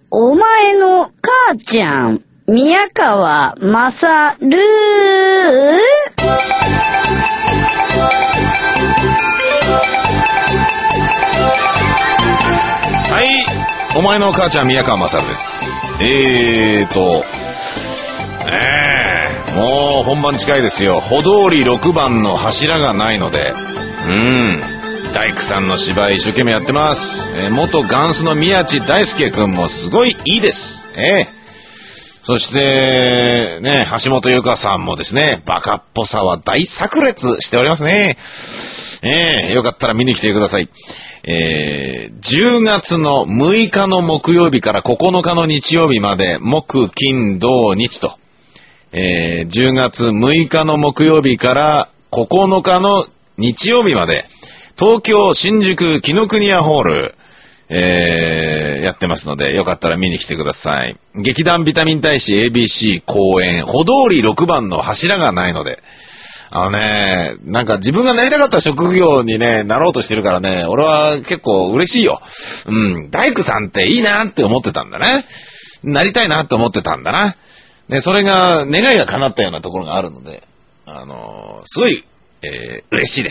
お前の母ちゃん、宮川まさる。 はい、お前の母ちゃん宮川まさるです。もう本番近いですよ。歩通り6番の柱がないので、大工さんの芝居一生懸命やってます。元ガンスの宮地大輔くんもすごいいいです。そしてね、橋本優香さんもですね、バカっぽさは大炸裂しておりますね。よかったら見に来てください。10月の6日の木曜日から9日の日曜日まで、木金土日と、10月6日の木曜日から9日の日曜日まで、東京新宿紀ノ国屋ホール、やってますので、よかったら見に来てください。劇団ビタミン大使 ABC 公演、歩通り6番の柱がないので、なんか自分がなりたかった職業にね、なろうとしてるからね、俺は結構嬉しいよ。大工さんっていいなって思ってたんだね。なりたいなって思ってたんだな。で、それが、願いが叶ったようなところがあるので、すごい、嬉しいです。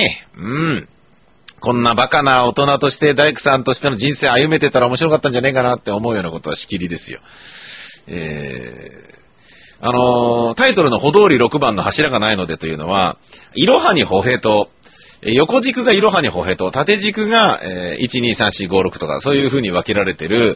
こんなバカな大人として大工さんとしての人生歩めてたら面白かったんじゃねえかなって思うようなことはしきりですよ。タイトルの歩通り6番の柱がないのでというのは、いろはに歩兵と、横軸がいろはに歩兵と、縦軸が、1、2、3、4、5、6とか、そういう風に分けられてる、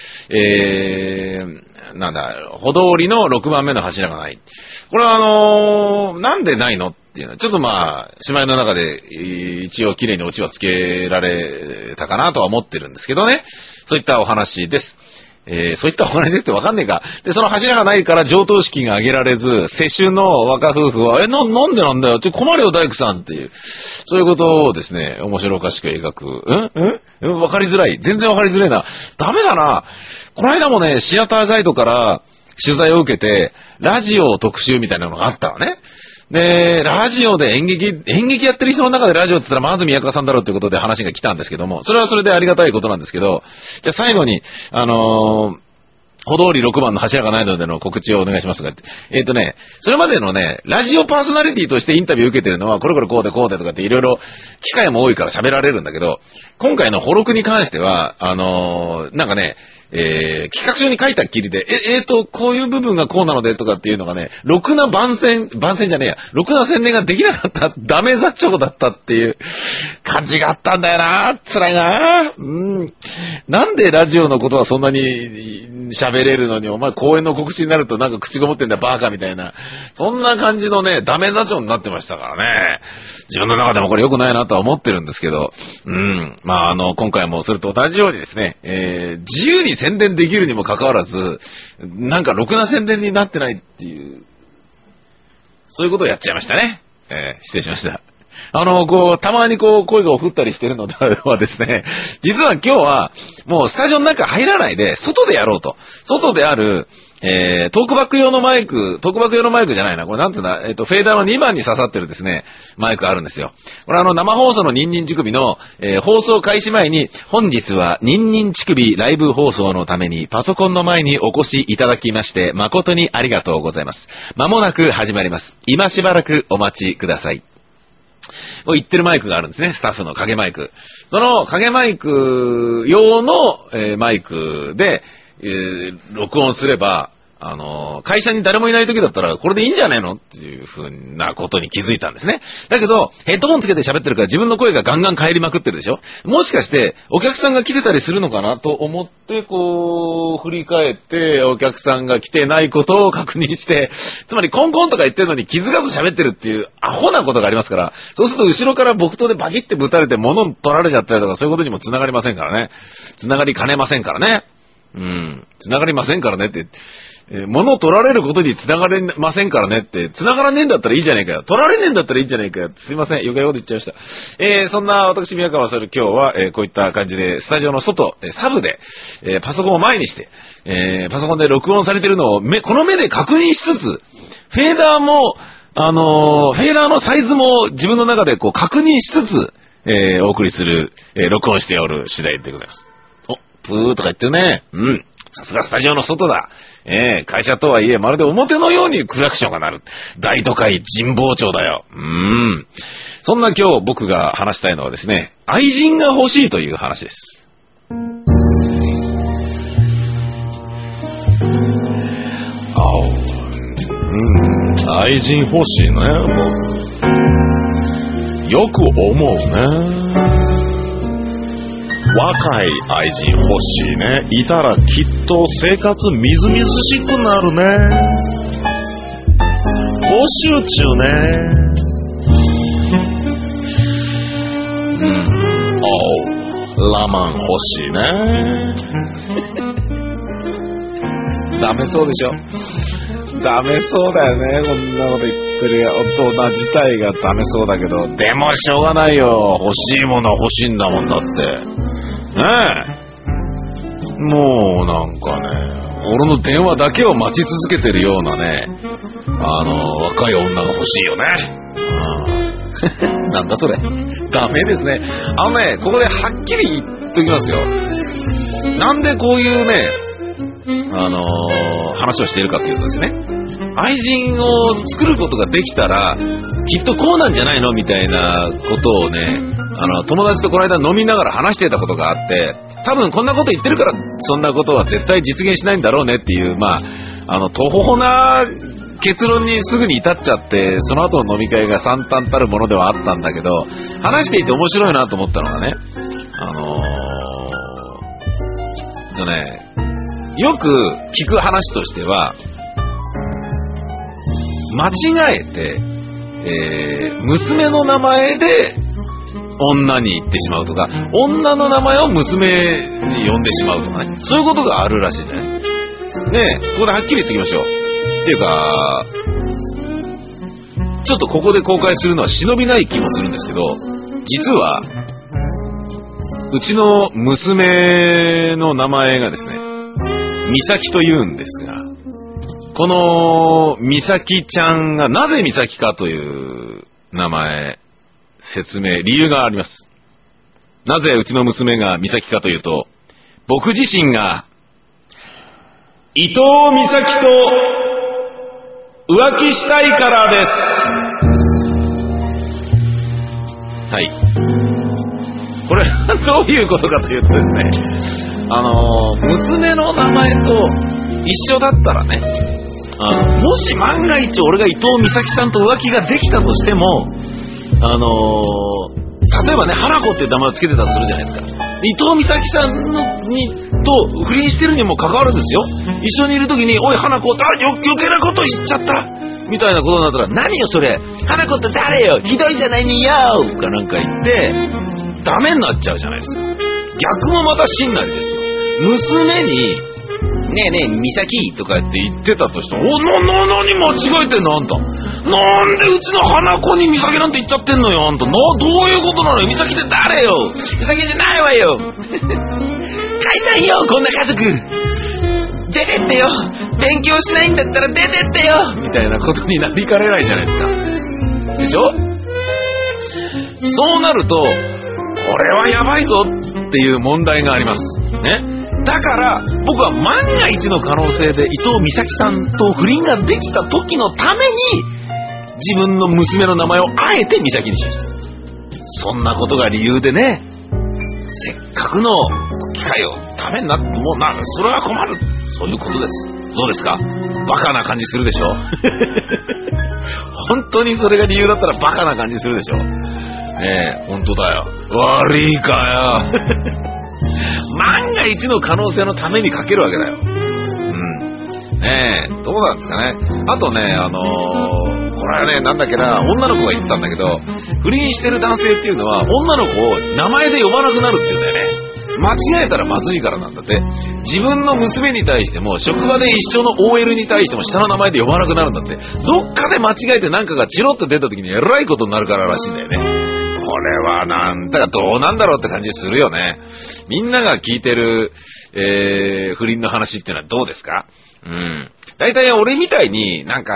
歩通りの6番目の柱がない。これはなんでないのっていうのは、ちょっと芝居の中で、一応綺麗にオチはつけられたかなとは思ってるんですけどね。そういったお話です。そういったお話ですってわかんねえか。で、その柱がないから上等式が挙げられず、世襲の若夫婦は、なんでなんだよって困るよ大工さんっていう、そういうことをですね、面白おかしく描く。わかりづらい。全然わかりづらいな。ダメだな。この間もね、シアターガイドから取材を受けて、ラジオ特集みたいなのがあったのね。で、ラジオで演劇やってる人の中でラジオって言ったらまず宮川さんだろうっていうことで話が来たんですけども、それはそれでありがたいことなんですけど、じゃあ最後に、歩通り6番の柱がないのでの告知をお願いしますが、それまでのね、ラジオパーソナリティとしてインタビュー受けてるのは、これこうでとかっていろいろ機会も多いから喋られるんだけど、今回の歩録に関しては、なんかね、企画書に書いたっきりで、こういう部分がこうなのでとかっていうのがね、ろくなろくな宣伝ができなかった、ダメ座長だったっていう感じがあったんだよな。辛いな。なんでラジオのことはそんなに喋れるのに、お前公演の告知になるとなんか口ごもってんだよバーカみたいな。そんな感じのね、ダメ座長になってましたからね。自分の中でもこれ良くないなとは思ってるんですけど、今回もそれと同じようにですね、自由に宣伝できるにもかかわらず、なんかろくな宣伝になってないっていう、そういうことをやっちゃいましたね。失礼しました。たまに声が振ったりしてるのではですね、実は今日はもうスタジオの中入らないで、外でやろうと。外である、トークバック用のマイクじゃないな。これなんつうんだ、フェーダーの2番に刺さってるですね、マイクがあるんですよ。これ生放送のニンニン乳首の、放送開始前に、本日はニンニン乳首ライブ放送のためにパソコンの前にお越しいただきまして誠にありがとうございます。間もなく始まります。今しばらくお待ちください。言ってるマイクがあるんですね。スタッフの影マイク。その影マイク用の、マイクで、録音すれば、会社に誰もいない時だったらこれでいいんじゃないのっていう風なことに気づいたんですね。だけど、ヘッドホンつけて喋ってるから自分の声がガンガン帰りまくってるでしょ。もしかしてお客さんが来てたりするのかなと思って振り返ってお客さんが来てないことを確認して、つまりコンコンとか言ってるのに気づかず喋ってるっていうアホなことがありますから、そうすると後ろから木刀でバキってぶたれて物取られちゃったりとかそういうことにも繋がりませんからね。繋がりかねませんからね。繋がりませんからねって。物取られることに繋がれませんからねって、繋がらねえんだったらいいじゃねえかよ。取られねえんだったらいいじゃねえかよ。すいません。余計なこと言っちゃいました。そんな私、宮川勝今日は、こういった感じで、スタジオの外、サブで、パソコンを前にして、パソコンで録音されているのをこの目で確認しつつ、フェーダーも、フェーダーのサイズも自分の中で確認しつつ、お送りする、録音しておる次第でございます。 プーとか言ってね。さすがスタジオの外だ。会社とはいえ、まるで表のようにクラクションが鳴る。大都会神保町だよ。そんな今日僕が話したいのはですね、愛人が欲しいという話です。愛人欲しいね、僕。よく思うね。若い愛人欲しいね。いたらきっと生活みずみずしくなるね。募集中ね。ラマン欲しいね。ダメそうでしょ。ダメそうだよね。こんなこと言ってる大人自体がダメそうだけど、でもしょうがないよ。欲しいものは欲しいんだもんだって。ねえ。もうなんかね、俺の電話だけを待ち続けてるようなね、若い女が欲しいよね。なんだそれ。ダメですね。ここではっきり言っときますよ。なんでこういうね、話をしているかというとですね、愛人を作ることができたら、きっとこうなんじゃないのみたいなことをね、友達とこの間飲みながら話していたことがあって、多分こんなこと言ってるから、そんなことは絶対実現しないんだろうねっていう、とほほな結論にすぐに至っちゃって、その後の飲み会が惨憺たるものではあったんだけど、話していて面白いなと思ったのがね、よく聞く話としては、間違えて、娘の名前で女に言ってしまうとか、女の名前を娘に呼んでしまうとかね、そういうことがあるらしいじゃない。ねえ、ここではっきり言っておきましょう。っていうか、ちょっとここで公開するのは忍びない気もするんですけど、実はうちの娘の名前がですね、美咲と言うんですが、この美咲ちゃんがなぜ美咲かという名前、説明、理由があります。なぜうちの娘が美咲かというと、僕自身が伊藤美咲と浮気したいからです。はい。これどういうことかというとですね、娘の名前と一緒だったらね、もし万が一俺が伊藤美咲さんと浮気ができたとしても、例えばね、花子っていう名前をつけてたとするじゃないですか。伊藤美咲さんと不倫してるにもかかわらずですよ、一緒にいる時に、おい花子、余計なこと言っちゃったみたいなことになったら、何よそれ、花子って誰よ、ひどいじゃないによかなんか言ってダメになっちゃうじゃないですか。逆もまた真なりですよ。娘にねえねえ美咲とかって言ってたとして、何間違えてんのあんた、なんでうちの花子に美咲なんて言っちゃってんのよあんた、どういうことなのよ、美咲って誰よ、美咲じゃないわよ解散よこんな家族、出てってよ、勉強しないんだったら出てってよみたいなことになりかねないじゃないですか。でしょ。そうなるとこれはやばいぞっていう問題がありますね。だから僕は万が一の可能性で伊藤美咲さんと不倫ができた時のために自分の娘の名前をあえて美咲にしました。そんなことが理由でね、せっかくの機会をダメになってもそれは困る、そういうことです。どうですか、バカな感じするでしょ本当にそれが理由だったらバカな感じするでしょ。本当だよ、悪いかよ万が一の可能性のためにかけるわけだよ。どうなんですかね。あとね、これはね、なんだっけな、女の子が言ってたんだけど、不倫してる男性っていうのは女の子を名前で呼ばなくなるっていうんだよね。間違えたらまずいからなんだって。自分の娘に対しても職場で一緒の OL に対しても下の名前で呼ばなくなるんだって。どっかで間違えてなんかがチロッと出た時にえらいことになるかららしいんだよね。これはなんだかどうなんだろうって感じするよね。みんなが聞いてる、不倫の話っていうのはどうですか。大体俺みたいになんか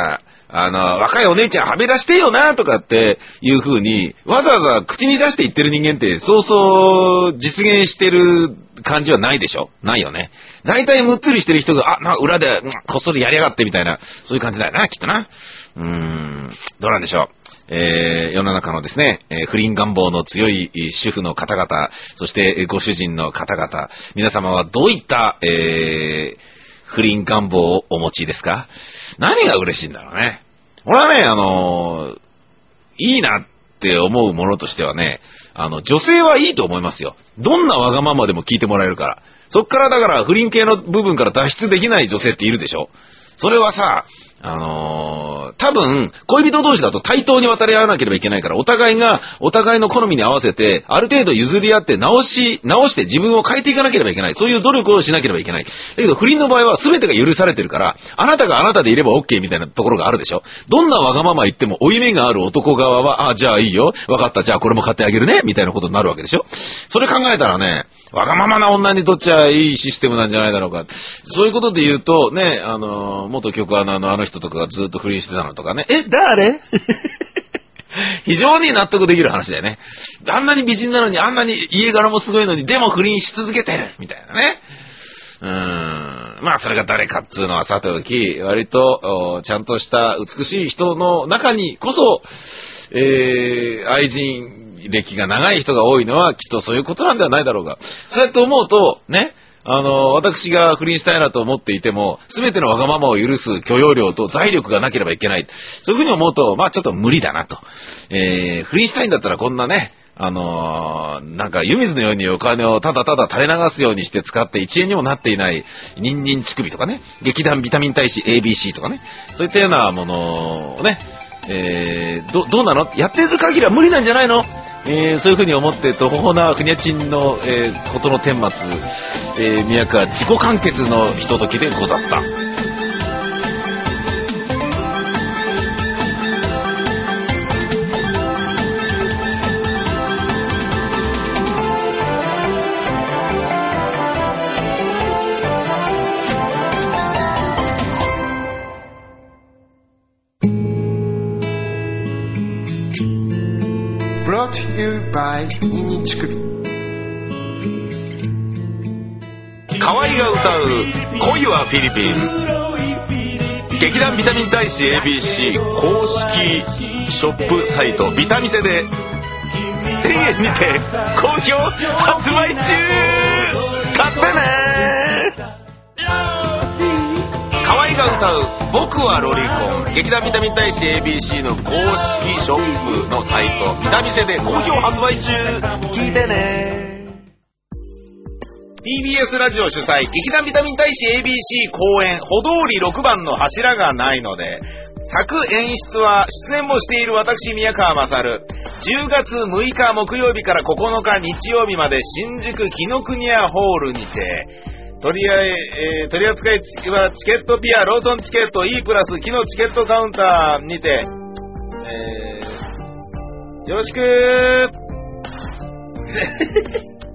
若いお姉ちゃんはべらしてよなとかっていう風に、わざわざ口に出して言ってる人間って、そうそう実現してる感じはないでしょ？ないよね。大体むっつりしてる人が、裏で、こっそりやりやがってみたいな、そういう感じだよな、きっとな。どうなんでしょう。世の中のですね、不倫願望の強い主婦の方々、そしてご主人の方々、皆様はどういった、不倫願望をお持ちですか？何が嬉しいんだろうね。俺はね、いいなって思うものとしてはね、女性はいいと思いますよ。どんなわがままでも聞いてもらえるから。そっからだから不倫系の部分から脱出できない女性っているでしょ？それはさ、多分、恋人同士だと対等に渡り合わなければいけないから、お互いが、お互いの好みに合わせて、ある程度譲り合って直して自分を変えていかなければいけない。そういう努力をしなければいけない。だけど、不倫の場合は全てが許されてるから、あなたがあなたでいれば OK みたいなところがあるでしょ。どんなわがまま言っても、負い目がある男側は、じゃあいいよ。わかった。じゃあこれも買ってあげるね。みたいなことになるわけでしょ。それ考えたらね、わがままな女にとっちゃいいシステムなんじゃないだろうか。そういうことで言うと、ね、元局アナのあの人とかがずっと不倫してたのとかね。誰非常に納得できる話だよね。あんなに美人なのに、あんなに家柄もすごいのに、でも不倫し続けてるみたいなね。まあそれが誰かっつうのはさておき、割とちゃんとした美しい人の中にこそ、愛人歴が長い人が多いのはきっとそういうことなんではないだろうが。そうやって思うと、ね、私が不倫したいなと思っていても、すべてのわがままを許す許容量と財力がなければいけない。そういうふうに思うと、まあちょっと無理だなと。不倫したいんだったらこんなね、なんか湯水のようにお金をただただ垂れ流すようにして使って1円にもなっていないニンニン乳首とかね、劇団ビタミン大使 ABC とかね、そういったようなものをね、どうなの？やってる限りは無理なんじゃないの？そういうふうに思ってとほほなふにゃちんの、ことの顛末、宮川自己完結のひとときでござった。 Brought to you by ニンニン乳首。 河合が歌う恋はフィリピン。劇団ビタミン大使 ABC 公式ショップサイトビタミセで1000円にて好評発売中。買ってね。河合が歌う僕はロリコン、劇団ビタミン大使 ABC の公式ショップのサイトビタミセで好評発売中。聞いてね。TBS ラジオ主催劇団ビタミン大使 ABC 公演歩通り6番の柱がないので、作演出は出演もしている私宮川勝。10月6日木曜日から9日日曜日まで新宿紀ノ国屋ホールにて、取り扱いはチケットピア、ローソンチケット E プラス木のチケットカウンターにて、よろしく